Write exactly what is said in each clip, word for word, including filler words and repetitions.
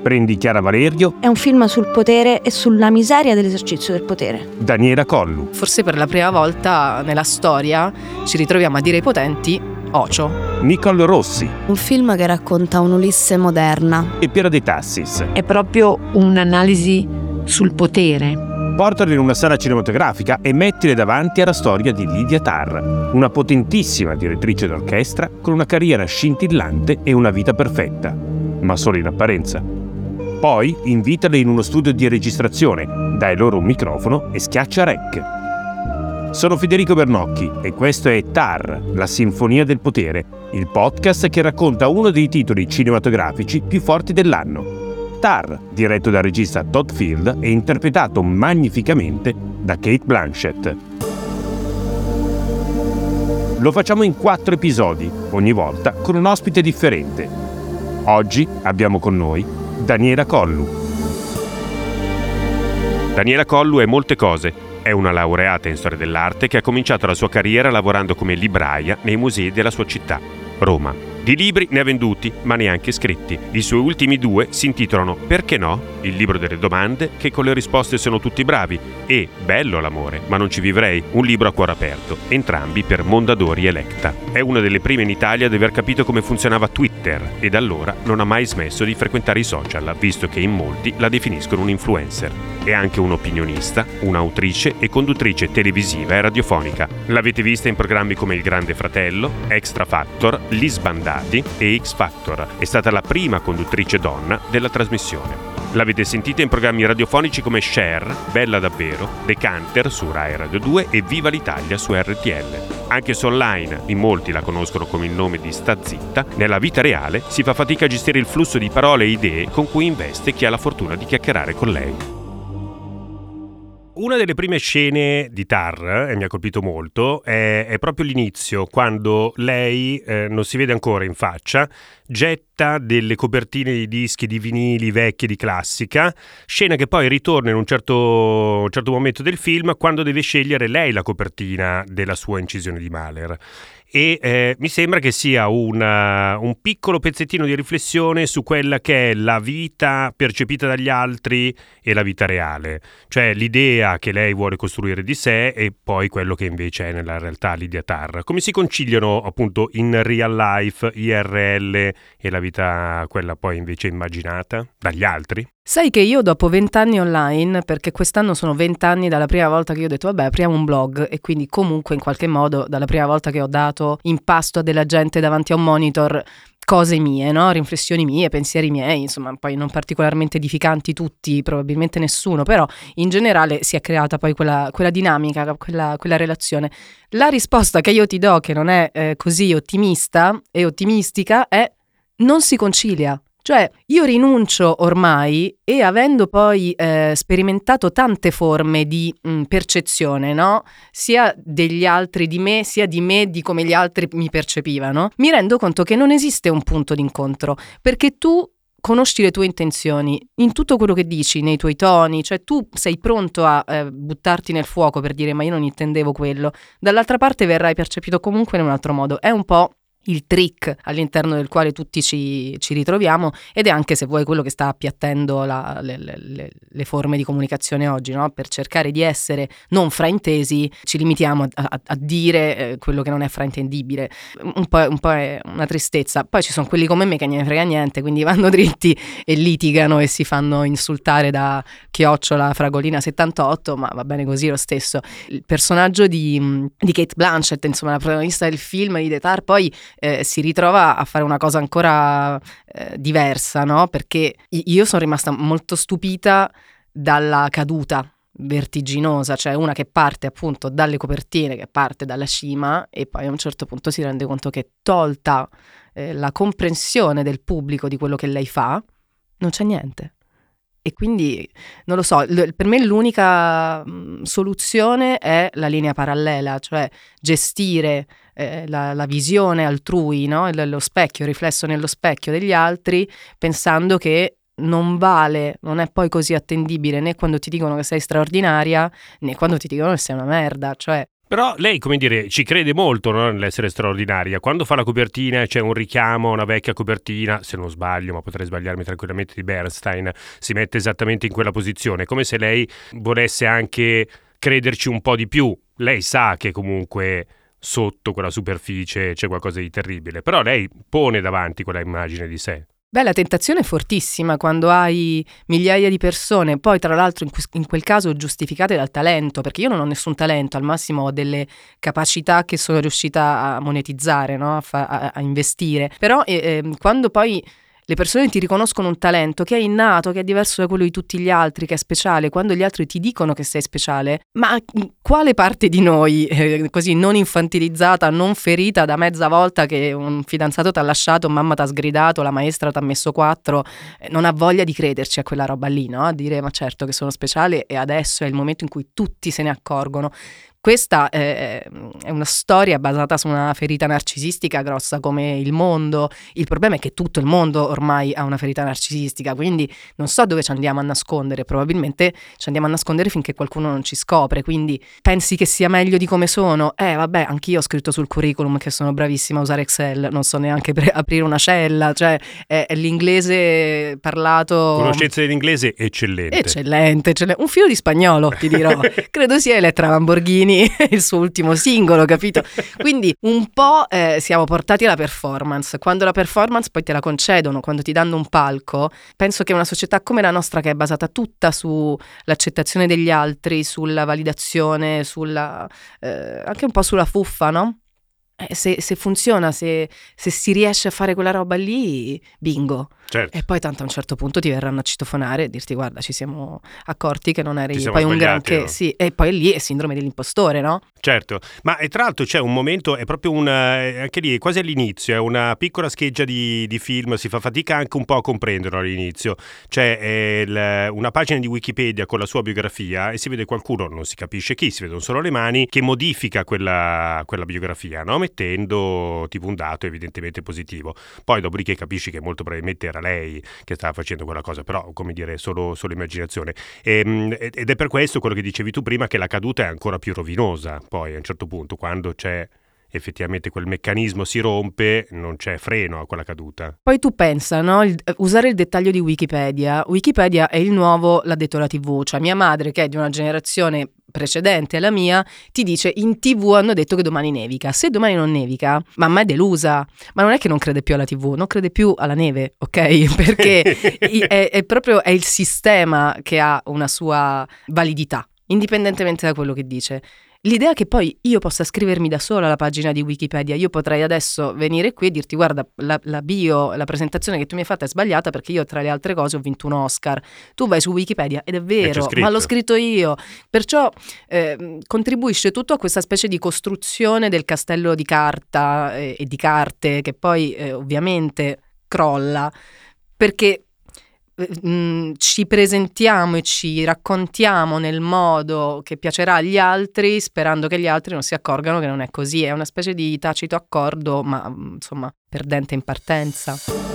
Prendi Chiara Valerio. È un film sul potere e sulla miseria dell'esercizio del potere. Daniela Collu. Forse per la prima volta nella storia ci ritroviamo a dire ai potenti ocio. Nicole Rossi. Un film che racconta un'Ulisse moderna. E Piera De Tassis. È proprio un'analisi sul potere. Portali in una sala cinematografica e mettile davanti alla storia di Lydia Tarr, una potentissima direttrice d'orchestra con una carriera scintillante e una vita perfetta, ma solo in apparenza. Poi invitale in uno studio di registrazione, dai loro un microfono e schiaccia rec. Sono Federico Bernocchi e questo è Tarr, la sinfonia del potere, il podcast che racconta uno dei titoli cinematografici più forti dell'anno. Tarr, diretto dal regista Todd Field e interpretato magnificamente da Cate Blanchett. Lo facciamo in quattro episodi, ogni volta con un ospite differente. Oggi abbiamo con noi Daniela Collu. Daniela Collu è molte cose. È una laureata in storia dell'arte che ha cominciato la sua carriera lavorando come libraia nei musei della sua città, Roma. Di libri ne ha venduti, ma neanche scritti. I suoi ultimi due si intitolano Perché no? Il libro delle domande, che con le risposte sono tutti bravi, e Bello l'amore, ma non ci vivrei, un libro a cuore aperto, entrambi per Mondadori e Lecta. È una delle prime in Italia ad aver capito come funzionava Twitter e da allora non ha mai smesso di frequentare i social, visto che in molti la definiscono un influencer. È anche un'opinionista, un'autrice e conduttrice televisiva e radiofonica. L'avete vista in programmi come Il Grande Fratello, Extra Factor, Gli Sbandati e X Factor. È stata la prima conduttrice donna della trasmissione. L'avete sentita in programmi radiofonici come Share, Bella Davvero, Decanter su Rai Radio due e Viva l'Italia su R T L. Anche se online in molti la conoscono come il nome di Sta Zitta, nella vita reale si fa fatica a gestire il flusso di parole e idee con cui investe chi ha la fortuna di chiacchierare con lei. Una delle prime scene di Tarr, e mi ha colpito molto, è, è proprio l'inizio, quando lei, eh, non si vede ancora in faccia, getta delle copertine di dischi di vinili vecchie di classica, scena che poi ritorna in un certo, un certo momento del film, quando deve scegliere lei la copertina della sua incisione di Mahler. E eh, mi sembra che sia una, un piccolo pezzettino di riflessione su quella che è la vita percepita dagli altri e la vita reale, cioè l'idea che lei vuole costruire di sé e poi quello che invece è nella realtà Lydia Tarr. Come si conciliano appunto in real life, I R L e la vita quella poi invece immaginata dagli altri? Sai che io dopo vent'anni online, perché quest'anno sono vent'anni dalla prima volta che io ho detto vabbè apriamo un blog, e quindi comunque in qualche modo dalla prima volta che ho dato in pasto a della gente davanti a un monitor cose mie, no? Riflessioni mie, pensieri miei, insomma poi non particolarmente edificanti tutti, probabilmente nessuno, però in generale si è creata poi quella, quella dinamica, quella, quella relazione. La risposta che io ti do, che non è eh, così ottimista e ottimistica, è non si concilia. Cioè io rinuncio ormai e avendo poi eh, sperimentato tante forme di mh, percezione, no? Sia degli altri di me, sia di me di come gli altri mi percepivano, mi rendo conto che non esiste un punto d'incontro, perché tu conosci le tue intenzioni in tutto quello che dici, nei tuoi toni, cioè tu sei pronto a eh, buttarti nel fuoco per dire ma io non intendevo quello, dall'altra parte verrai percepito comunque in un altro modo. È un po' il trick all'interno del quale tutti ci, ci ritroviamo, ed è anche, se vuoi, quello che sta appiattendo la, le, le, le forme di comunicazione oggi, no? Per cercare di essere non fraintesi ci limitiamo a, a, a dire eh, quello che non è fraintendibile. Un po', un po' è una tristezza. Poi ci sono quelli come me che non ne frega niente, quindi vanno dritti e litigano e si fanno insultare da chiocciola fragolina settantotto, ma va bene così lo stesso. Il personaggio di, di Cate Blanchett, insomma la protagonista del film di The Tar, poi Eh, si ritrova a fare una cosa ancora eh, diversa, no? Perché io sono rimasta molto stupita dalla caduta vertiginosa, cioè una che parte appunto dalle copertine, che parte dalla cima e poi a un certo punto si rende conto che, tolta eh, la comprensione del pubblico di quello che lei fa, non c'è niente. E quindi, non lo so, l- per me l'unica mh, soluzione è la linea parallela, cioè gestire eh, la, la visione altrui, no? L- lo specchio, il riflesso nello specchio degli altri, pensando che non vale, non è poi così attendibile né quando ti dicono che sei straordinaria né quando ti dicono che sei una merda. Cioè Però lei, come dire, ci crede molto, no, nell'essere straordinaria. Quando fa la copertina c'è un richiamo a una vecchia copertina, se non sbaglio, ma potrei sbagliarmi tranquillamente, di Bernstein, si mette esattamente in quella posizione, come se lei volesse anche crederci un po' di più. Lei sa che comunque sotto quella superficie c'è qualcosa di terribile, però lei pone davanti quella immagine di sé. Beh, la tentazione è fortissima quando hai migliaia di persone, poi tra l'altro in, que- in quel caso giustificate dal talento, perché io non ho nessun talento, al massimo ho delle capacità che sono riuscita a monetizzare, no? a, fa- a-, a investire, però eh, eh, quando poi le persone ti riconoscono un talento che è innato, che è diverso da quello di tutti gli altri, che è speciale, quando gli altri ti dicono che sei speciale, ma quale parte di noi, eh, così non infantilizzata, non ferita da mezza volta che un fidanzato t'ha lasciato, mamma t'ha sgridato, la maestra t'ha messo quattro, eh, non ha voglia di crederci a quella roba lì, no? A dire ma certo che sono speciale e adesso è il momento in cui tutti se ne accorgono. Questa è una storia basata su una ferita narcisistica grossa come il mondo. Il problema è che tutto il mondo ormai ha una ferita narcisistica, quindi non so dove ci andiamo a nascondere, probabilmente ci andiamo a nascondere finché qualcuno non ci scopre, quindi pensi che sia meglio di come sono? Eh vabbè, anch'io ho scritto sul curriculum che sono bravissima a usare Excel, non so neanche pre- aprire una cella, cioè è, è l'inglese parlato... Conoscenza dell'inglese eccellente. Eccellente, eccellente. Un filo di spagnolo, ti dirò. Credo sia Elettra Lamborghini il suo ultimo singolo, capito? Quindi un po' eh, siamo portati alla performance. Quando la performance poi te la concedono, quando ti danno un palco, penso che una società come la nostra, che è basata tutta sull'accettazione degli altri, sulla validazione, sulla eh, anche un po' sulla fuffa, no? Eh, se, se funziona, se, se si riesce a fare quella roba lì, bingo. Certo. E poi tanto a un certo punto ti verranno a citofonare e dirti guarda ci siamo accorti che non eri Ci siamo poi un sbagliati, granché, no? sì, e poi lì è sindrome dell'impostore, no? Certo, ma e tra l'altro c'è un momento, è proprio una, anche lì quasi all'inizio, è una piccola scheggia di, di film, si fa fatica anche un po' a comprenderlo all'inizio. C'è eh, il, una pagina di Wikipedia con la sua biografia e si vede qualcuno, non si capisce chi, si vedono solo le mani, che modifica quella, quella biografia, no? Mettendo tipo un dato evidentemente positivo. Poi dopodiché capisci che molto probabilmente era lei che stava facendo quella cosa, però come dire solo, solo immaginazione. E, ed è per questo quello che dicevi tu prima, che la caduta è ancora più rovinosa. Poi a un certo punto, quando c'è effettivamente quel meccanismo si rompe, non c'è freno a quella caduta. Poi tu pensa, no? Il, usare il dettaglio di Wikipedia. Wikipedia è il nuovo l'ha detto la tivù, cioè mia madre che è di una generazione precedente alla mia ti dice in tivù hanno detto che domani nevica. Se domani non nevica, mamma è delusa, ma non è che non crede più alla tivù, non crede più alla neve, ok? Perché è, è proprio è il sistema che ha una sua validità, indipendentemente da quello che dice. L'idea che poi io possa scrivermi da sola la pagina di Wikipedia, io potrei adesso venire qui e dirti guarda la, la bio, la presentazione che tu mi hai fatta è sbagliata perché io tra le altre cose ho vinto un Oscar. Tu vai su Wikipedia ed è vero, ma l'ho scritto io. Perciò eh, contribuisce tutto a questa specie di costruzione del castello di carta eh, e di carte che poi eh, ovviamente crolla perché ci presentiamo e ci raccontiamo nel modo che piacerà agli altri sperando che gli altri non si accorgano che non è così, è una specie di tacito accordo ma insomma perdente in partenza.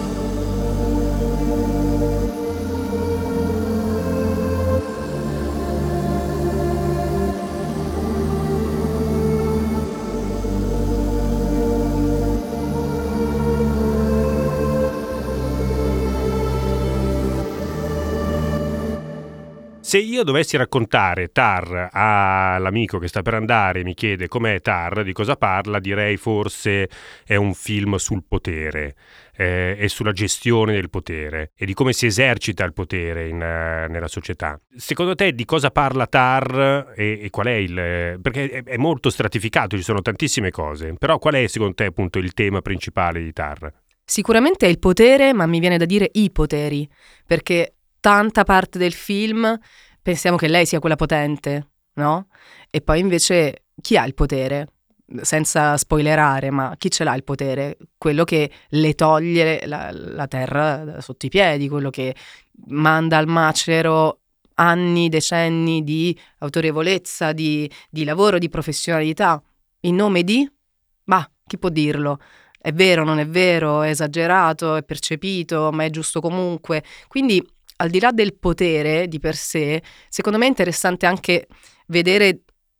Se io dovessi raccontare Tar all'amico che sta per andare e mi chiede com'è Tar, di cosa parla, direi forse è un film sul potere eh, e sulla gestione del potere e di come si esercita il potere in, uh, nella società. Secondo te di cosa parla Tar e, e qual è il... perché è, è molto stratificato, ci sono tantissime cose, però qual è secondo te appunto il tema principale di Tar? Sicuramente è il potere, ma mi viene da dire i poteri, perché tanta parte del film pensiamo che lei sia quella potente, no? E poi invece chi ha il potere? Senza spoilerare, ma chi ce l'ha il potere? Quello che le toglie la, la terra sotto i piedi, quello che manda al macero anni, decenni di autorevolezza, di, di lavoro, di professionalità. In nome di? Ma chi può dirlo? È vero, non è vero, è esagerato, è percepito, ma è giusto comunque. Quindi al di là del potere di per sé, secondo me è interessante anche vedere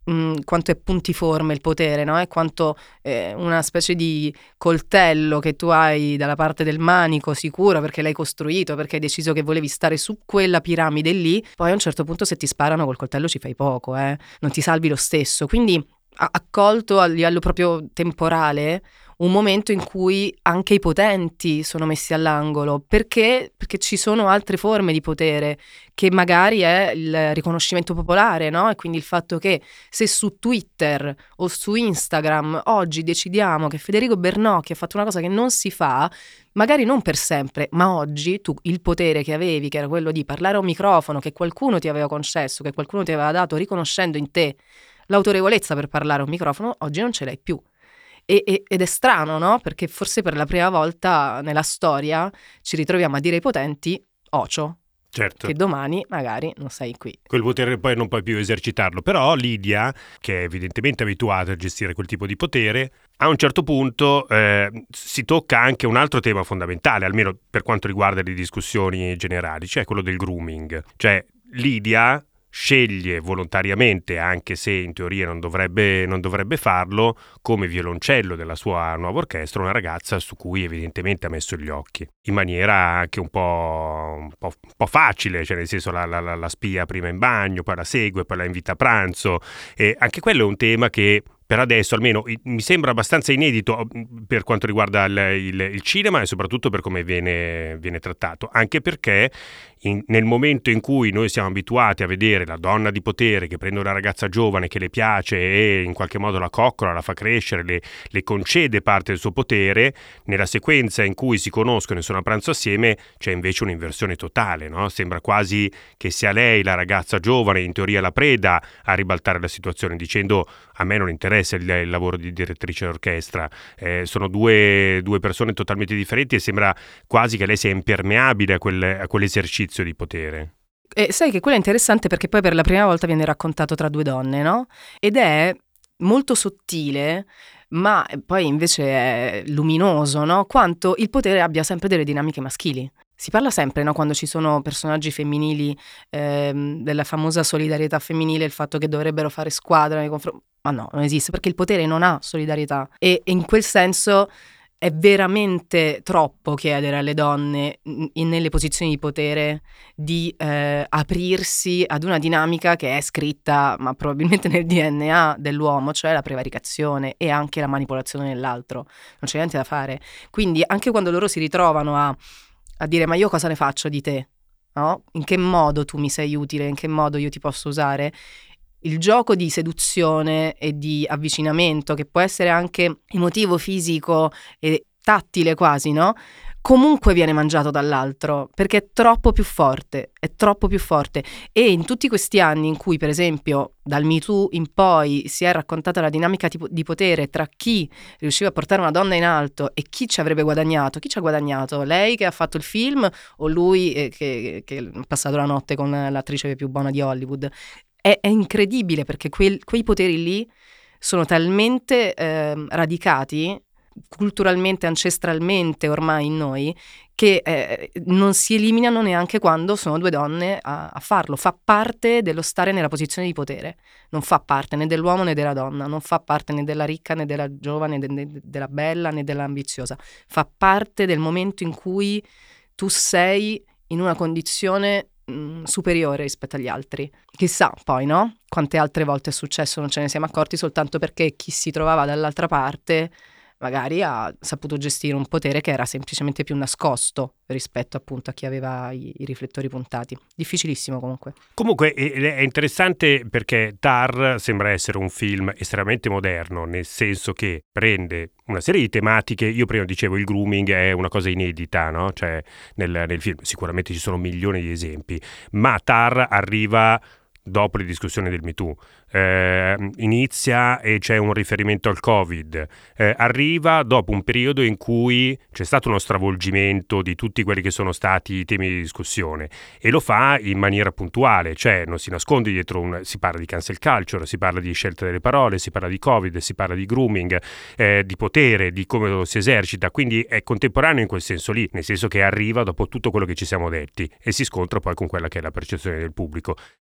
mh, quanto è puntiforme il potere, no? È quanto eh, una specie di coltello che tu hai dalla parte del manico sicuro perché l'hai costruito, perché hai deciso che volevi stare su quella piramide lì, poi a un certo punto se ti sparano col coltello ci fai poco, eh? Non ti salvi lo stesso, quindi ha accolto a livello proprio temporale un momento in cui anche i potenti sono messi all'angolo. Perché? Perché ci sono altre forme di potere, che magari è il riconoscimento popolare, no? E quindi il fatto che se su Twitter o su Instagram oggi decidiamo che Federico Bernocchi ha fatto una cosa che non si fa, magari non per sempre, ma oggi tu il potere che avevi, che era quello di parlare a un microfono, che qualcuno ti aveva concesso, che qualcuno ti aveva dato riconoscendo in te l'autorevolezza per parlare a un microfono, oggi non ce l'hai più. E, e, ed è strano, no? Perché forse per la prima volta nella storia ci ritroviamo a dire ai potenti ocio, certo, che domani magari non sei qui. Quel potere poi non puoi più esercitarlo. Però Lidia, che è evidentemente abituata a gestire quel tipo di potere, a un certo punto eh, si tocca anche un altro tema fondamentale, almeno per quanto riguarda le discussioni generali, cioè quello del grooming. Cioè Lidia sceglie volontariamente, anche se in teoria non dovrebbe, non dovrebbe farlo, come violoncello della sua nuova orchestra una ragazza su cui evidentemente ha messo gli occhi, in maniera anche un po', un po', un po' facile, cioè nel senso la, la, la spia prima in bagno, poi la segue, poi la invita a pranzo, e anche quello è un tema che per adesso almeno mi sembra abbastanza inedito per quanto riguarda il, il, il cinema e soprattutto per come viene, viene trattato, anche perché in, nel momento in cui noi siamo abituati a vedere la donna di potere che prende una ragazza giovane che le piace e in qualche modo la coccola, la fa crescere, le, le concede parte del suo potere, nella sequenza in cui si conoscono e sono a pranzo assieme c'è invece un'inversione totale, no? Sembra quasi che sia lei, la ragazza giovane, in teoria la preda, a ribaltare la situazione dicendo a me non interessa Il, il lavoro di direttrice d'orchestra, eh, sono due, due persone totalmente differenti e sembra quasi che lei sia impermeabile a, quel, a quell'esercizio di potere. E sai che quello è interessante perché poi per la prima volta viene raccontato tra due donne, no? Ed è molto sottile, ma poi invece è luminoso, no? Quanto il potere abbia sempre delle dinamiche maschili. Si parla sempre, no, quando ci sono personaggi femminili, ehm, della famosa solidarietà femminile, il fatto che dovrebbero fare squadra nei confronti. Ma no, non esiste, perché il potere non ha solidarietà. E, e in quel senso è veramente troppo chiedere alle donne in, nelle posizioni di potere di eh, aprirsi ad una dinamica che è scritta, ma probabilmente nel D N A dell'uomo, cioè la prevaricazione e anche la manipolazione dell'altro. Non c'è niente da fare. Quindi anche quando loro si ritrovano a a dire ma io cosa ne faccio di te, no? In che modo tu mi sei utile, in che modo io ti posso usare? Il gioco di seduzione e di avvicinamento, che può essere anche emotivo, fisico e tattile quasi, no? Comunque viene mangiato dall'altro, perché è troppo più forte, è troppo più forte. E in tutti questi anni in cui, per esempio, dal Me Too in poi si è raccontata la dinamica tipo di potere tra chi riusciva a portare una donna in alto e chi ci avrebbe guadagnato, chi ci ha guadagnato? Lei che ha fatto il film o lui eh, che, che ha passato la notte con l'attrice più buona di Hollywood? È, è incredibile perché quel, quei poteri lì sono talmente eh, radicati culturalmente, ancestralmente ormai in noi, che eh, non si eliminano neanche quando sono due donne a, a farlo. Fa parte dello stare nella posizione di potere, non fa parte né dell'uomo né della donna, non fa parte né della ricca né della giovane né de- della bella né della ambiziosa, fa parte del momento in cui tu sei in una condizione mh, superiore rispetto agli altri. Chissà poi, no? Quante altre volte è successo, non ce ne siamo accorti soltanto perché chi si trovava dall'altra parte magari ha saputo gestire un potere che era semplicemente più nascosto rispetto appunto a chi aveva i, i riflettori puntati. Difficilissimo comunque. Comunque è interessante perché Tar sembra essere un film estremamente moderno, nel senso che prende una serie di tematiche. Io prima dicevo il grooming è una cosa inedita, no? Cioè nel, nel film sicuramente ci sono milioni di esempi, ma Tar arriva dopo le discussioni del Me Too, eh, inizia e c'è un riferimento al Covid, eh, arriva dopo un periodo in cui c'è stato uno stravolgimento di tutti quelli che sono stati i temi di discussione e lo fa in maniera puntuale, cioè non si nasconde dietro un... si parla di cancel culture, si parla di scelta delle parole, si parla di Covid, si parla di grooming, eh, di potere, di come lo si esercita, quindi è contemporaneo in quel senso lì, nel senso che arriva dopo tutto quello che ci siamo detti e si scontra poi con quella che è la percezione del pubblico.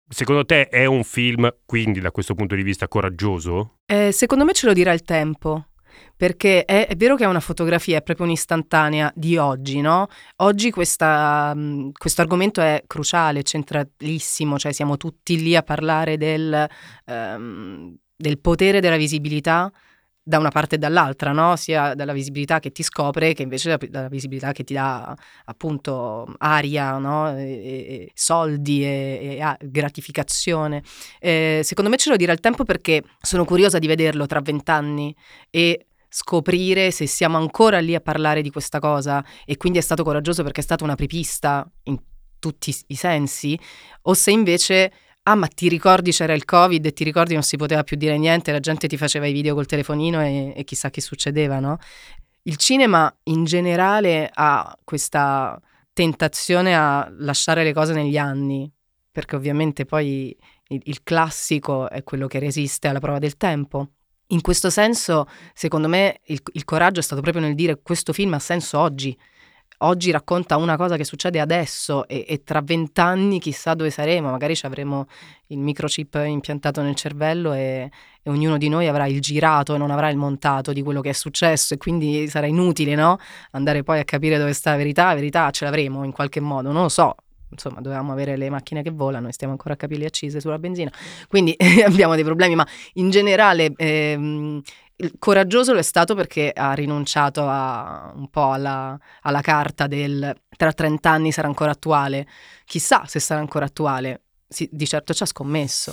Secondo te è un film, quindi da questo punto di vista, coraggioso? Eh, secondo me ce lo dirà il tempo. Perché è, è vero che è una fotografia, è proprio un'istantanea di oggi, no? Oggi questa, mh, questo argomento è cruciale, centralissimo, cioè siamo tutti lì a parlare del, ehm, del potere della visibilità da una parte e dall'altra, no? Sia dalla visibilità che ti scopre che invece da- dalla visibilità che ti dà appunto aria, no? E, e- soldi e, e ah, gratificazione. Eh, secondo me ce lo dirà il tempo perché sono curiosa di vederlo tra vent'anni e scoprire se siamo ancora lì a parlare di questa cosa e quindi è stato coraggioso perché è stata una apripista in tutti i sensi, o se invece ah ma ti ricordi c'era il Covid e ti ricordi non si poteva più dire niente, la gente ti faceva i video col telefonino e, e chissà che succedeva, no? Il cinema in generale ha questa tentazione a lasciare le cose negli anni, perché ovviamente poi il, il classico è quello che resiste alla prova del tempo. In questo senso, secondo me, il, il coraggio è stato proprio nel dire questo film ha senso oggi. Oggi racconta una cosa che succede adesso e, e tra vent'anni chissà dove saremo, magari ci avremo il microchip impiantato nel cervello e, e ognuno di noi avrà il girato e non avrà il montato di quello che è successo e quindi sarà inutile, no? Andare poi a capire dove sta la verità, la verità ce l'avremo in qualche modo, non lo so. Insomma, dovevamo avere le macchine che volano e stiamo ancora a capirli accese sulla benzina, quindi abbiamo dei problemi, ma in generale ehm, il coraggioso lo è stato perché ha rinunciato a, un po' alla, alla carta del tra trenta anni sarà ancora attuale, chissà se sarà ancora attuale, sì, di certo ci ha scommesso.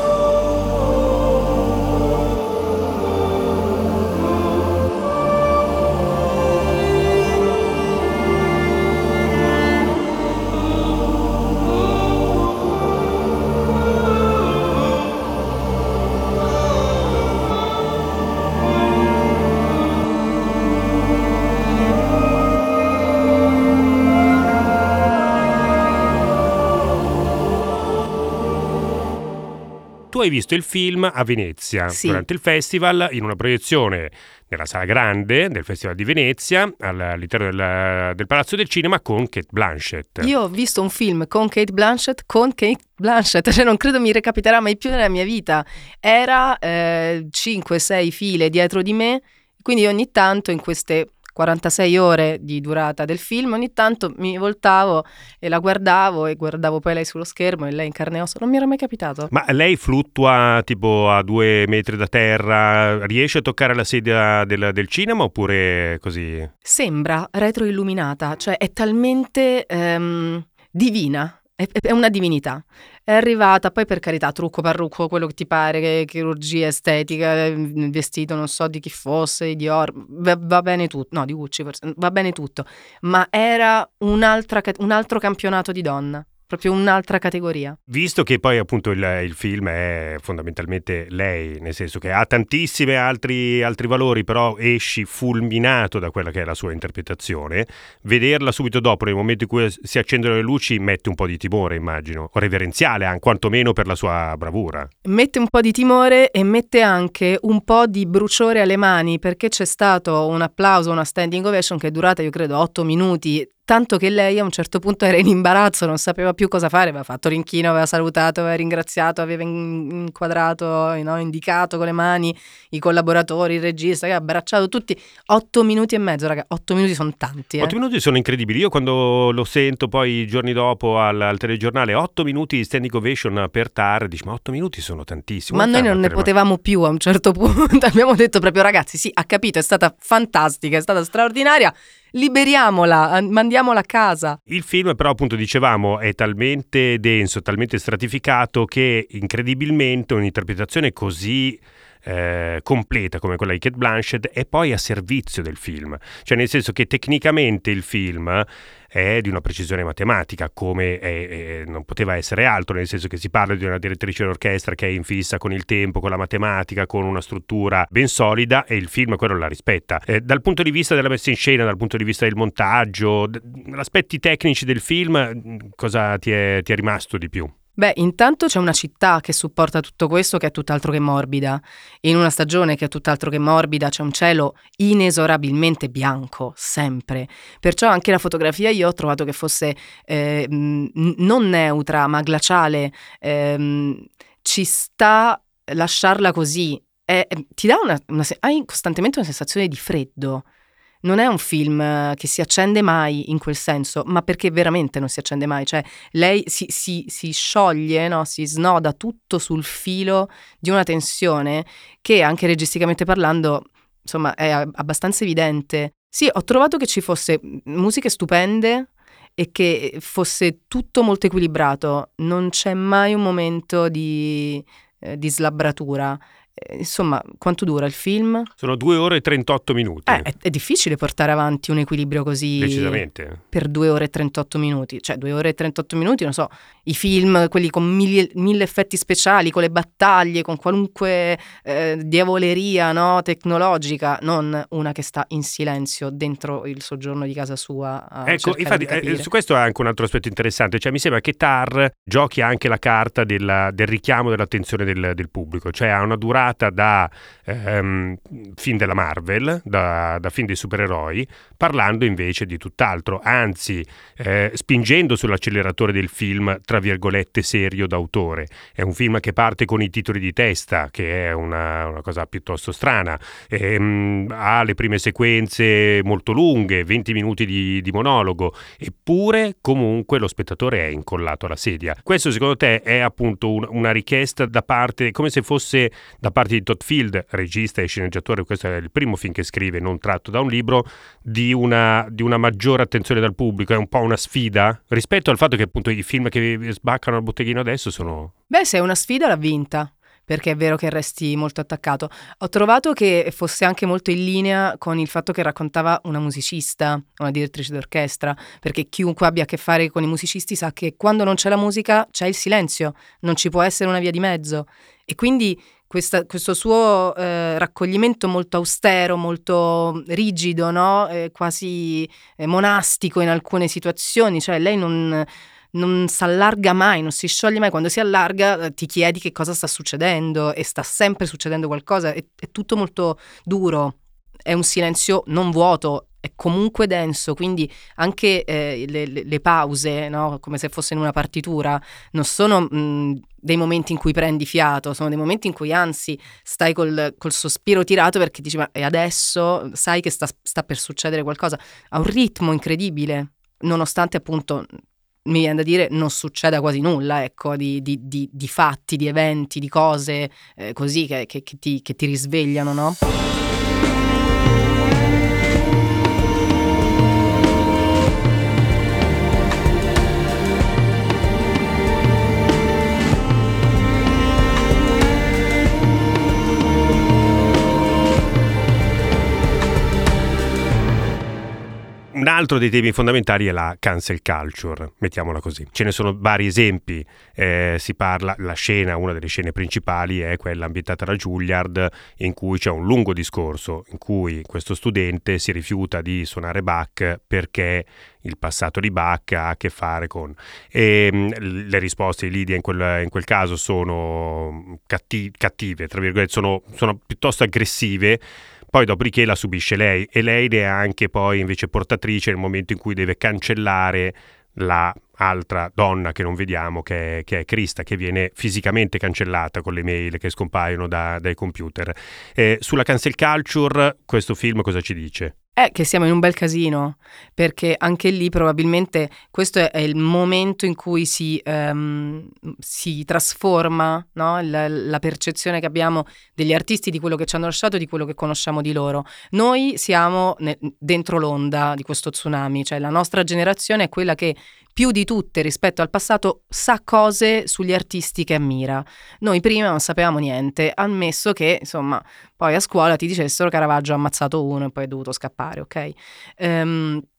Tu hai visto il film a Venezia, Sì. durante il festival, in una proiezione nella Sala Grande del Festival di Venezia, all'interno del, del Palazzo del Cinema, con Cate Blanchett. Io ho visto un film con Cate Blanchett, con Cate Blanchett, cioè non credo mi recapiterà mai più nella mia vita. Era eh, cinque sei file dietro di me, quindi ogni tanto in queste quarantasei ore di durata del film, ogni tanto mi voltavo e la guardavo e guardavo poi lei sullo schermo e lei in carne e ossa. Non mi era mai capitato. Ma lei fluttua tipo a due metri da terra, riesce a toccare la sedia del, del cinema oppure così? Sembra retroilluminata, cioè è talmente ehm, divina. È, è una divinità. È arrivata, poi per carità, trucco, parrucco, quello che ti pare, che chirurgia estetica, il vestito non so di chi fosse, di Dior, va, va bene tutto, no di Gucci forse, va bene tutto, ma era un'altra, un altro campionato di donna. Proprio un'altra categoria. Visto che poi appunto il, il film è fondamentalmente lei, nel senso che ha tantissimi altri, altri valori, però esci fulminato da quella che è la sua interpretazione, vederla subito dopo, nel momento in cui si accendono le luci, mette un po' di timore, immagino, o reverenziale, anche, quantomeno per la sua bravura. Mette un po' di timore e mette anche un po' di bruciore alle mani, perché c'è stato un applauso, una standing ovation che è durata, io credo, otto minuti, tanto che lei a un certo punto era in imbarazzo, non sapeva più cosa fare, aveva fatto l'inchino, aveva salutato, aveva ringraziato, aveva inquadrato, no, indicato con le mani i collaboratori, il regista, che ha abbracciato tutti. Otto minuti e mezzo, raga, otto minuti sono tanti. Eh. Otto minuti sono incredibili. Io quando lo sento poi i giorni dopo al, al telegiornale, otto minuti di standing ovation per Tar, dici ma otto minuti sono tantissimo. Ma noi non ne potevamo più a un certo punto, abbiamo detto proprio ragazzi, sì, ha capito, è stata fantastica, è stata straordinaria, liberiamola, mandiamola a casa. Il film però appunto dicevamo è talmente denso, talmente stratificato che incredibilmente un'interpretazione così eh, completa come quella di Cate Blanchett è poi a servizio del film, cioè nel senso che tecnicamente il film è di una precisione matematica, come è, è, non poteva essere altro, nel senso che si parla di una direttrice d'orchestra che è in fissa con il tempo, con la matematica, con una struttura ben solida, e il film quello la rispetta. Eh, dal punto di vista della messa in scena, dal punto di vista del montaggio, d- aspetti tecnici del film, cosa ti è, ti è rimasto di più? Beh, intanto c'è una città che supporta tutto questo, che è tutt'altro che morbida. In una stagione che è tutt'altro che morbida c'è un cielo inesorabilmente bianco, sempre. Perciò anche la fotografia io ho trovato che fosse eh, n- non neutra, ma glaciale. Ehm, ci sta lasciarla così. È- ti dà una, una se- hai costantemente una sensazione di freddo. Non è un film eh, che si accende mai in quel senso, ma perché veramente non si accende mai, cioè lei si, si, si scioglie, no? Si snoda tutto sul filo di una tensione che anche registicamente parlando, insomma, è a- abbastanza evidente. Sì, ho trovato che ci fosse musiche stupende e che fosse tutto molto equilibrato, non c'è mai un momento di, eh, di slabbratura. Eh, Insomma, quanto dura il film? Sono due ore e trentotto minuti. Eh, è, è difficile portare avanti un equilibrio così Decisamente. per due ore e trentotto minuti. Cioè, due ore e trentotto minuti, non so, i film, quelli con mille, mille effetti speciali, con le battaglie, con qualunque eh, diavoleria, no, tecnologica, non una che sta in silenzio dentro il soggiorno di casa sua a Ecco, cercare infatti, di capire. eh, su questo è anche un altro aspetto interessante, cioè mi sembra che Tar giochi anche la carta della- del richiamo dell'attenzione del, del pubblico, cioè ha una durata da ehm, film della Marvel, da, da film dei supereroi, parlando invece di tutt'altro, anzi eh, spingendo sull'acceleratore del film, tra virgolette, serio d'autore. È un film che parte con i titoli di testa, che è una, una cosa piuttosto strana, ehm, ha le prime sequenze molto lunghe, venti minuti di, di monologo, eppure comunque lo spettatore è incollato alla sedia. Questo secondo te è appunto un, una richiesta da parte, come se fosse da parte di Todd Field, regista e sceneggiatore, questo è il primo film che scrive non tratto da un libro, di una, di una maggiore attenzione dal pubblico, è un po' una sfida rispetto al fatto che appunto i film che sbaccano al botteghino adesso sono... Beh, se è una sfida l'ha vinta, perché è vero che resti molto attaccato. Ho trovato che fosse anche molto in linea con il fatto che raccontava una musicista, una direttrice d'orchestra, perché chiunque abbia a che fare con i musicisti sa che quando non c'è la musica c'è il silenzio, non ci può essere una via di mezzo. E quindi questa, questo suo eh, raccoglimento molto austero, molto rigido, no? Eh, quasi eh, monastico in alcune situazioni, cioè lei non... non si allarga mai, non si scioglie mai. Quando si allarga eh, ti chiedi che cosa sta succedendo e sta sempre succedendo qualcosa, è, è tutto molto duro, è un silenzio non vuoto, è comunque denso, quindi anche eh, le, le, le pause, no? Come se fosse in una partitura, non sono mh, dei momenti in cui prendi fiato, sono dei momenti in cui anzi stai col, col sospiro tirato perché dici ma e adesso sai che sta, sta per succedere qualcosa, ha un ritmo incredibile, nonostante appunto mi viene da dire non succeda quasi nulla, ecco, di, di, di, di fatti, di eventi, di cose eh, così che, che, che, ti, che ti risvegliano, no? Un altro dei temi fondamentali è la cancel culture, mettiamola così. Ce ne sono vari esempi, eh, si parla, la scena, una delle scene principali è quella ambientata da Juilliard, in cui c'è un lungo discorso in cui questo studente si rifiuta di suonare Bach perché il passato di Bach ha a che fare con... E mh, le risposte di Lydia in quel, in quel caso sono catti- cattive, tra virgolette, sono, sono piuttosto aggressive. Poi dopodiché la subisce lei e lei ne è anche poi invece portatrice nel momento in cui deve cancellare la altra donna che non vediamo, che è, che è Krista, che viene fisicamente cancellata con le mail che scompaiono da, dai computer. Eh, sulla cancel culture questo film cosa ci dice? È che siamo in un bel casino, perché anche lì probabilmente questo è il momento in cui si, ehm, si trasforma, no? la, la percezione che abbiamo degli artisti, di quello che ci hanno lasciato, di quello che conosciamo di loro. Noi siamo ne, dentro l'onda di questo tsunami, cioè la nostra generazione è quella che più di tutte rispetto al passato sa cose sugli artisti che ammira. Noi prima non sapevamo niente, ammesso che insomma poi a scuola ti dicessero Caravaggio ha ammazzato uno e poi è dovuto scappare, ok? Um,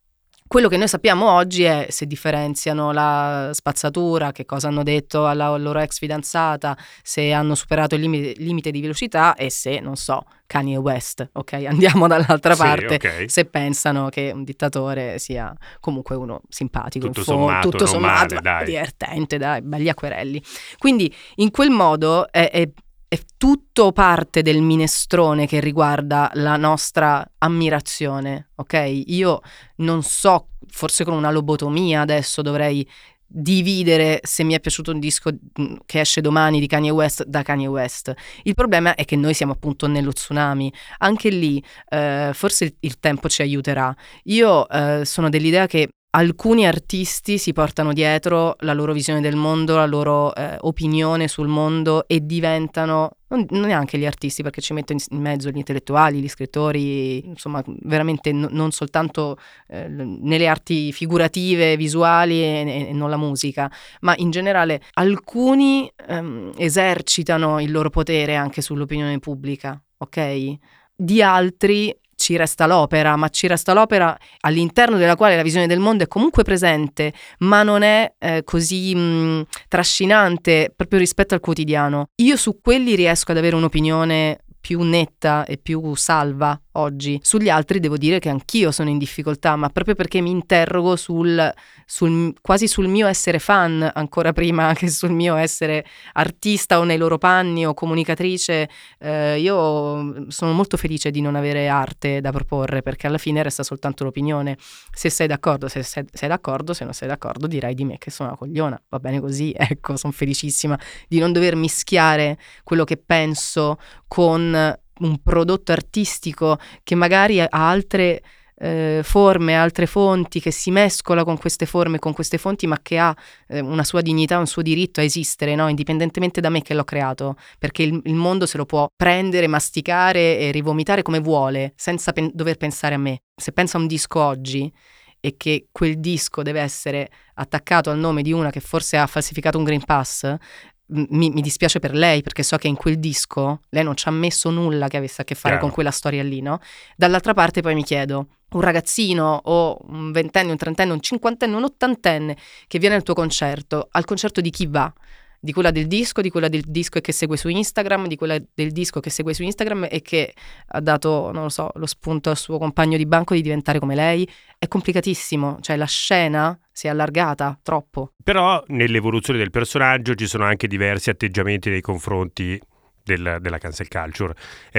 Quello che noi sappiamo oggi è se differenziano la spazzatura, che cosa hanno detto alla loro ex fidanzata, se hanno superato il limite, limite di velocità e se, non so, Kanye West, ok? Andiamo dall'altra Sì, parte, okay. se pensano che un dittatore sia comunque uno simpatico, Tutto in fo- sommato, tutto non sommato, male, dai. divertente, dai, belli acquerelli. Quindi in quel modo è, è È tutto parte del minestrone che riguarda la nostra ammirazione, ok? Io non so, forse con una lobotomia adesso dovrei dividere se mi è piaciuto un disco che esce domani di Kanye West da Kanye West. Il problema è che noi siamo appunto nello tsunami. Anche lì eh, forse il, il tempo ci aiuterà. Io eh, sono dell'idea che alcuni artisti si portano dietro la loro visione del mondo, la loro eh, opinione sul mondo e diventano, non, non neanche gli artisti, perché ci metto in, in mezzo gli intellettuali, gli scrittori, insomma veramente n- non soltanto eh, nelle arti figurative, visuali e, e non la musica, ma in generale alcuni ehm, esercitano il loro potere anche sull'opinione pubblica, ok? Di altri ci resta l'opera, ma ci resta l'opera all'interno della quale la visione del mondo è comunque presente, ma non è eh, così mh, trascinante proprio rispetto al quotidiano. Io su quelli riesco ad avere un'opinione più netta e più salva oggi. Sugli altri devo dire che anch'io sono in difficoltà, ma proprio perché mi interrogo sul, sul quasi sul mio essere fan ancora prima che sul mio essere artista o nei loro panni o comunicatrice. Eh, io sono molto felice di non avere arte da proporre, perché alla fine resta soltanto l'opinione. Se sei d'accordo, se sei, sei d'accordo, se non sei d'accordo dirai di me che sono una cogliona, va bene così, ecco, sono felicissima di non dover mischiare quello che penso con un prodotto artistico che magari ha altre eh, forme, altre fonti, che si mescola con queste forme, con queste fonti, ma che ha eh, una sua dignità, un suo diritto a esistere, no? Indipendentemente da me che l'ho creato, perché il, il mondo se lo può prendere, masticare e rivomitare come vuole, senza pen- dover pensare a me. Se penso a un disco oggi e che quel disco deve essere attaccato al nome di una che forse ha falsificato un Green Pass, Mi, mi dispiace per lei, perché so che in quel disco lei non ci ha messo nulla che avesse a che fare Chiaro. con quella storia lì, no? Dall'altra parte poi mi chiedo, un ragazzino o un ventenne, un trentenne, un cinquantenne, un ottantenne che viene al tuo concerto, al concerto di chi va? Di quella del disco, di quella del disco che segue su Instagram, di quella del disco che segue su Instagram e che ha dato, non lo so, lo spunto al suo compagno di banco di diventare come lei. È complicatissimo, cioè la scena si è allargata troppo. Però nell'evoluzione del personaggio ci sono anche diversi atteggiamenti nei confronti del, della cancel culture.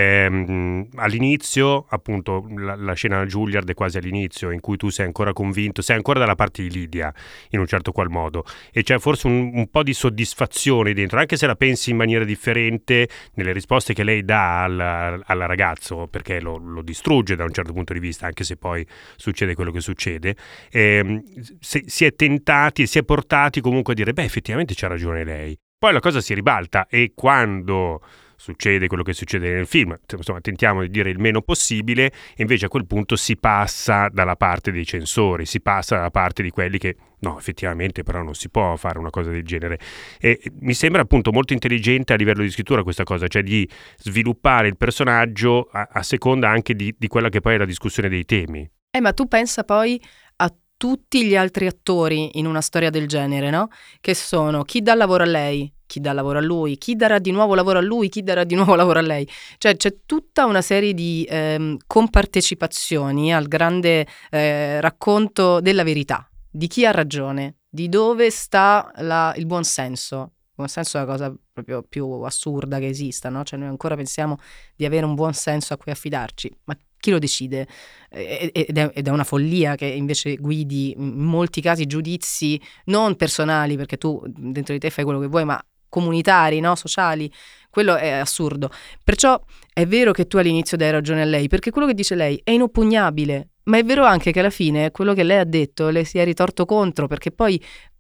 Ehm, all'inizio, appunto, la, la scena Juilliard è quasi all'inizio, in cui tu sei ancora convinto, sei ancora dalla parte di Lidia, in un certo qual modo, e c'è forse un, un po' di soddisfazione dentro, anche se la pensi in maniera differente nelle risposte che lei dà al, al ragazzo, perché lo, lo distrugge da un certo punto di vista, anche se poi succede quello che succede. Ehm, se, si è tentati, si è portati comunque a dire, beh, effettivamente c'ha ragione lei. Poi la cosa si ribalta e quando succede quello che succede nel film, insomma, tentiamo di dire il meno possibile, e invece a quel punto si passa dalla parte dei censori, si passa dalla parte di quelli che no, effettivamente però non si può fare una cosa del genere. E mi sembra appunto molto intelligente a livello di scrittura questa cosa, cioè di sviluppare il personaggio a, a seconda anche di, di quella che poi è la discussione dei temi. Eh, ma tu pensa poi a tutti gli altri attori in una storia del genere, no? Che sono chi dà lavoro a lei, chi dà lavoro a lui, chi darà di nuovo lavoro a lui, chi darà di nuovo lavoro a lei. Cioè c'è tutta una serie di ehm, compartecipazioni al grande eh, racconto della verità, di chi ha ragione, di dove sta la, il buon senso. Il buon senso è la cosa proprio più assurda che esista, no? Cioè noi ancora pensiamo di avere un buon senso a cui affidarci, ma chi lo decide? Ed è, ed è una follia che invece guidi in molti casi giudizi non personali, perché tu dentro di te fai quello che vuoi, ma comunitari, no? Sociali. Quello è assurdo. Perciò è vero che tu all'inizio dai ragione a lei, perché quello che dice lei è inoppugnabile, ma è vero anche che alla fine quello che lei ha detto le si è ritorto contro, perché poi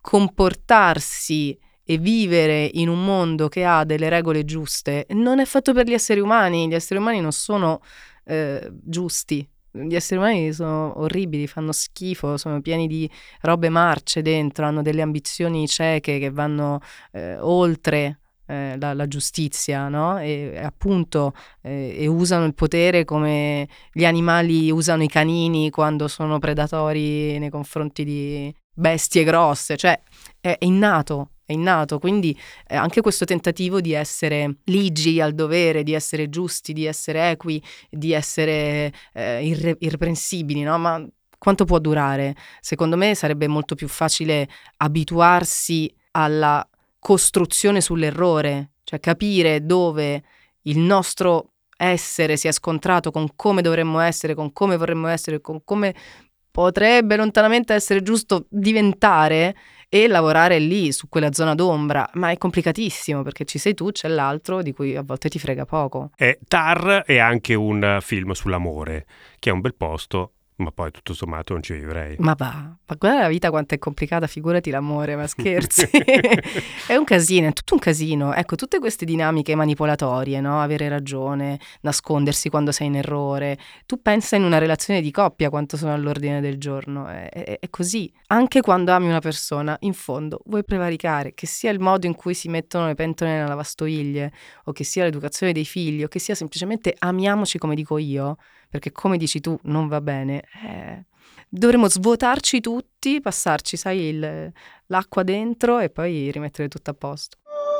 comportarsi e vivere in un mondo che ha delle regole giuste non è fatto per gli esseri umani. Gli esseri umani non sono eh, giusti. Gli esseri umani sono orribili, fanno schifo, sono pieni di robe marce dentro, hanno delle ambizioni cieche che vanno eh, oltre eh, la, la giustizia, no? E appunto eh, e usano il potere come gli animali usano i canini quando sono predatori nei confronti di bestie grosse, cioè è, è innato. È innato, quindi eh, anche questo tentativo di essere ligi al dovere, di essere giusti, di essere equi, di essere eh, irre- irreprensibili, no? Ma quanto può durare? Secondo me sarebbe molto più facile abituarsi alla costruzione sull'errore, cioè capire dove il nostro essere si è scontrato con come dovremmo essere, con come vorremmo essere, con come potrebbe lontanamente essere giusto diventare, e lavorare lì, su quella zona d'ombra. Ma è complicatissimo, perché ci sei tu, c'è l'altro di cui a volte ti frega poco. E Tar è anche un film sull'amore, che è un bel posto, ma poi tutto sommato non ci vivrei. Ma va, ma guarda la vita quanto è complicata, figurati l'amore, ma scherzi. È un casino, è tutto un casino. Ecco, tutte queste dinamiche manipolatorie, no? Avere ragione, nascondersi quando sei in errore. Tu pensa in una relazione di coppia quanto sono all'ordine del giorno. È, è, è così. Anche quando ami una persona, in fondo vuoi prevaricare, che sia il modo in cui si mettono le pentole nella lavastoviglie, o che sia l'educazione dei figli, o che sia semplicemente amiamoci come dico io, perché come dici tu non va bene. Eh, dovremmo svuotarci tutti, passarci, sai, il, l'acqua dentro e poi rimettere tutto a posto.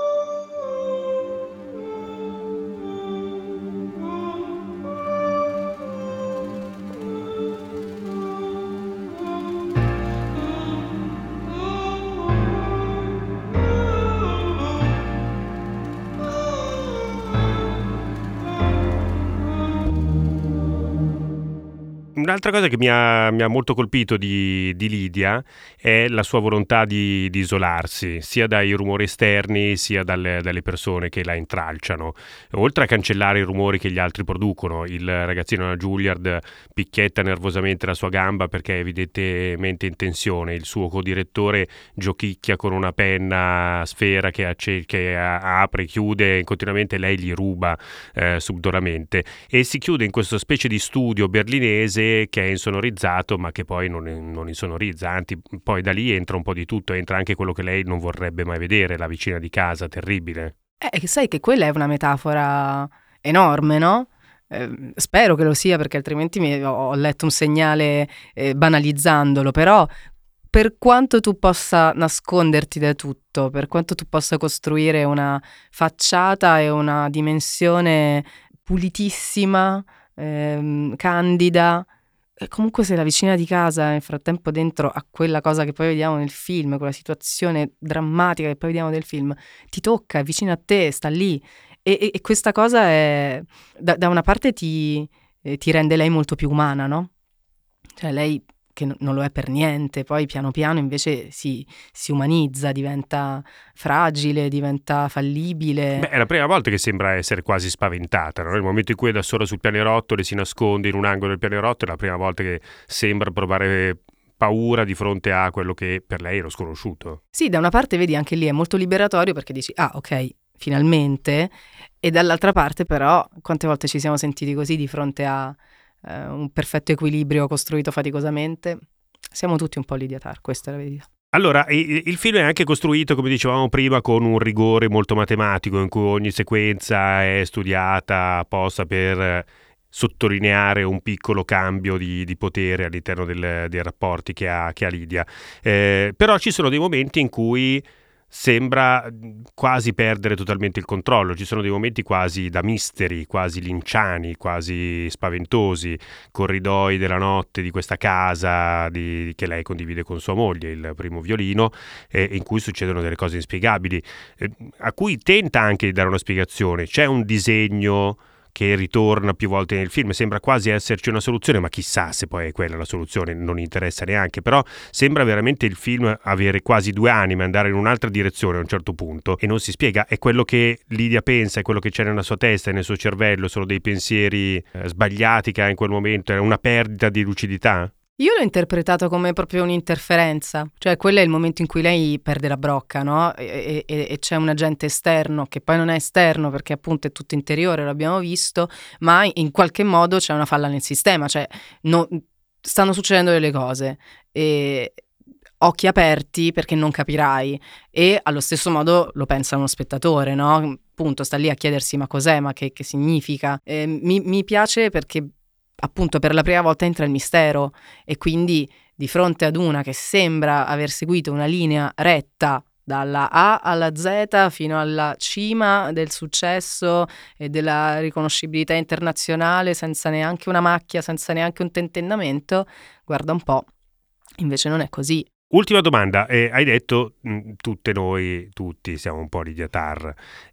Un'altra cosa che mi ha, mi ha molto colpito di, di Lidia è la sua volontà di, di isolarsi, sia dai rumori esterni sia dalle, dalle persone che la intralciano. Oltre a cancellare i rumori che gli altri producono, il ragazzino Juilliard picchietta nervosamente la sua gamba perché è evidentemente in tensione, il suo codirettore giochicchia con una penna a sfera che, acce- che apre e chiude continuamente, lei gli ruba eh, subdolamente, e si chiude in questa specie di studio berlinese che è insonorizzato ma che poi non, non insonorizza, anzi poi da lì entra un po' di tutto, entra anche quello che lei non vorrebbe mai vedere, la vicina di casa terribile. Eh, sai che quella è una metafora enorme, no? Eh, spero che lo sia, perché altrimenti mi, ho letto un segnale eh, banalizzandolo, però per quanto tu possa nasconderti da tutto, per quanto tu possa costruire una facciata e una dimensione pulitissima, ehm, candida, e comunque sei la vicina di casa, nel frattempo dentro a quella cosa che poi vediamo nel film, quella situazione drammatica che poi vediamo nel film, ti tocca, è vicino a te, sta lì. E, e, e questa cosa è, da, da una parte ti, eh, ti rende lei molto più umana, no? Cioè lei, che n- non lo è per niente, poi piano piano invece si, si umanizza, diventa fragile, diventa fallibile. Beh, è la prima volta che sembra essere quasi spaventata, no? Nel momento in cui è da sola sul pianerottolo e si nasconde in un angolo del pianerottolo, è la prima volta che sembra provare paura di fronte a quello che per lei è lo sconosciuto. Sì, da una parte vedi anche lì è molto liberatorio, perché dici, ah ok, finalmente, e dall'altra parte però quante volte ci siamo sentiti così di fronte a eh, un perfetto equilibrio costruito faticosamente. Siamo tutti un po' Lidia Tar, questa è la verità. Allora, il film è anche costruito, come dicevamo prima, con un rigore molto matematico, in cui ogni sequenza è studiata apposta per sottolineare un piccolo cambio di, di potere all'interno del, dei rapporti che ha, che ha Lidia. Eh, però ci sono dei momenti in cui sembra quasi perdere totalmente il controllo, ci sono dei momenti quasi da misteri, quasi linciani, quasi spaventosi, corridoi della notte di questa casa di, che lei condivide con sua moglie, il primo violino, eh, in cui succedono delle cose inspiegabili, eh, a cui tenta anche di dare una spiegazione. C'è un disegno che ritorna più volte nel film, sembra quasi esserci una soluzione, ma chissà se poi è quella la soluzione, non interessa neanche, però sembra veramente il film avere quasi due anime, andare in un'altra direzione a un certo punto, e non si spiega. È quello che Lidia pensa, è quello che c'è nella sua testa e nel suo cervello, sono dei pensieri eh, sbagliati che ha in quel momento, è una perdita di lucidità? Io l'ho interpretato come proprio un'interferenza, cioè quello è il momento in cui lei perde la brocca, no? E, e, e c'è un agente esterno, che poi non è esterno perché appunto è tutto interiore, l'abbiamo visto, ma in qualche modo c'è una falla nel sistema, cioè no, stanno succedendo delle cose. E occhi aperti perché non capirai, e allo stesso modo lo pensa uno spettatore, no? Appunto sta lì a chiedersi ma cos'è, ma che, che significa. Eh, mi, mi piace perché appunto per la prima volta entra il mistero, e quindi di fronte ad una che sembra aver seguito una linea retta dalla A alla Z fino alla cima del successo e della riconoscibilità internazionale, senza neanche una macchia, senza neanche un tentennamento, guarda un po', invece non è così. Ultima domanda, eh, hai detto mh, tutte noi, tutti siamo un po' Lydia Tarr,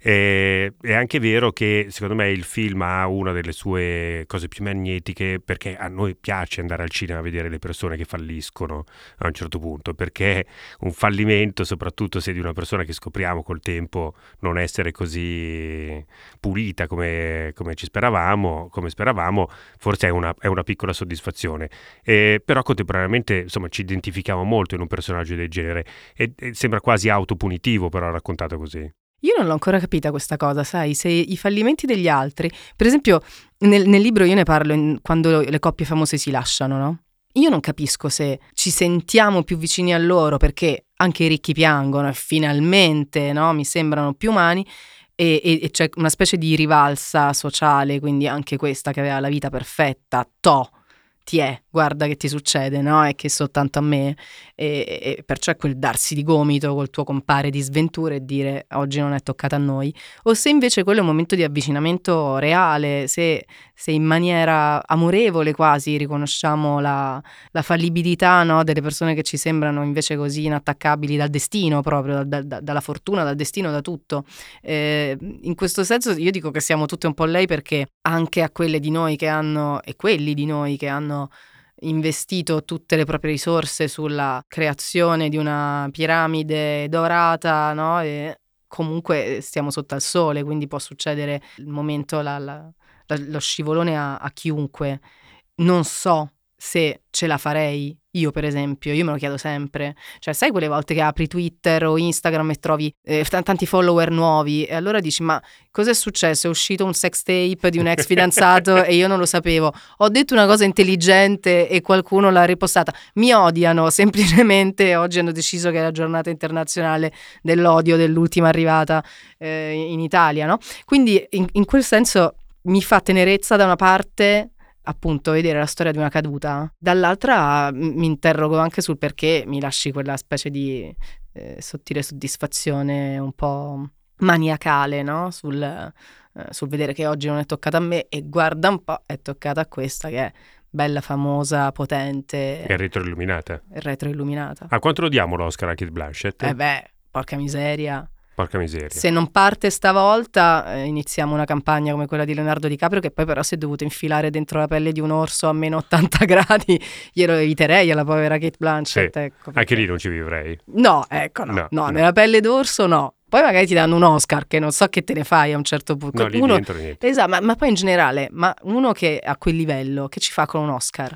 eh, è anche vero che secondo me il film ha una delle sue cose più magnetiche, perché a noi piace andare al cinema a vedere le persone che falliscono a un certo punto, perché un fallimento, soprattutto se è di una persona che scopriamo col tempo non essere così pulita come, come ci speravamo, come speravamo, forse è una, è una piccola soddisfazione, eh, però contemporaneamente insomma ci identifichiamo molto in un personaggio del genere e, e sembra quasi autopunitivo però raccontato così. Io non l'ho ancora capita questa cosa, sai, se i fallimenti degli altri, per esempio nel, nel libro io ne parlo in, quando le coppie famose si lasciano, no? Io non capisco se ci sentiamo più vicini a loro perché anche i ricchi piangono e finalmente, no, mi sembrano più umani, e, e, e c'è una specie di rivalsa sociale, quindi anche questa che aveva la vita perfetta, toh, ti è, guarda che ti succede, no? È che soltanto a me, e, e perciò è quel darsi di gomito col tuo compare di sventure e dire oggi non è toccata a noi, o se invece quello è un momento di avvicinamento reale, se, se in maniera amorevole quasi riconosciamo la, la fallibilità, no? Delle persone che ci sembrano invece così inattaccabili dal destino proprio, da, da, dalla fortuna, dal destino, da tutto. Eh, in questo senso io dico che siamo tutte un po' lei, perché anche a quelle di noi che hanno, e quelli di noi che hanno investito tutte le proprie risorse sulla creazione di una piramide dorata, no? E comunque stiamo sotto al sole, quindi può succedere il momento, la, la, la, lo scivolone a, a chiunque. Non so se ce la farei io, per esempio, io me lo chiedo sempre, cioè sai quelle volte che apri Twitter o Instagram e trovi eh, t- tanti follower nuovi e allora dici ma cos'è successo? È uscito un sex tape di un ex fidanzato e io non lo sapevo, ho detto una cosa intelligente e qualcuno l'ha ripostata, mi odiano semplicemente, oggi hanno deciso che è la giornata internazionale dell'odio dell'ultima arrivata eh, in Italia, no? Quindi in, in quel senso mi fa tenerezza da una parte appunto vedere la storia di una caduta, dall'altra mi interrogo anche sul perché mi lasci quella specie di eh, sottile soddisfazione un po' maniacale, no? Sul, eh, sul vedere che oggi non è toccata a me e guarda un po' è toccata a questa che è bella, famosa, potente e retroilluminata. E retroilluminata. A quanto lo diamo l'Oscar a Cate Blanchett? Eh beh, porca miseria. Porca miseria. Se non parte stavolta eh, iniziamo una campagna come quella di Leonardo DiCaprio, che poi però si è dovuto infilare dentro la pelle di un orso a meno ottanta gradi, glielo eviterei alla povera Cate Blanchett. Sì, ecco, anche lì non ci vivrei. No, ecco, no, no, no, no, nella pelle d'orso no. Poi magari ti danno un Oscar, che non so che te ne fai a un certo punto. No, lì uno, dentro niente. Esatto, ma, ma poi in generale, ma uno che a quel livello, che ci fa con un Oscar?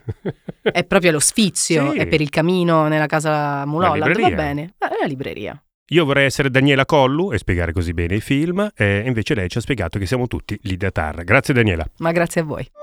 È proprio lo sfizio, sì. È per il camino nella casa Mulolla, va libreria. bene, è la libreria. Io vorrei essere Daniela Collu e spiegare così bene i film, e invece lei ci ha spiegato che siamo tutti Lydia Tarr. Grazie Daniela. Ma grazie a voi.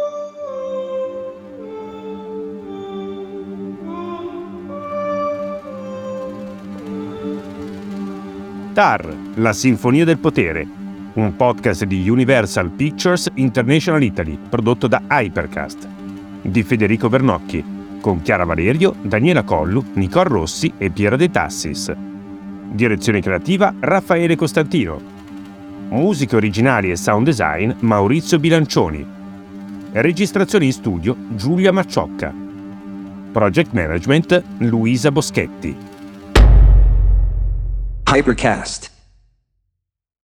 Tarr, la sinfonia del potere, un podcast di Universal Pictures International Italy, prodotto da Hypercast, di Federico Vernocchi, con Chiara Valerio, Daniela Collu, Nicole Rossi e Piera De Tassis. Direzione creativa Raffaele Costantino. Musiche originali e sound design Maurizio Bilancioni. Registrazione in studio Giulia Macciocca. Project management Luisa Boschetti. Hypercast.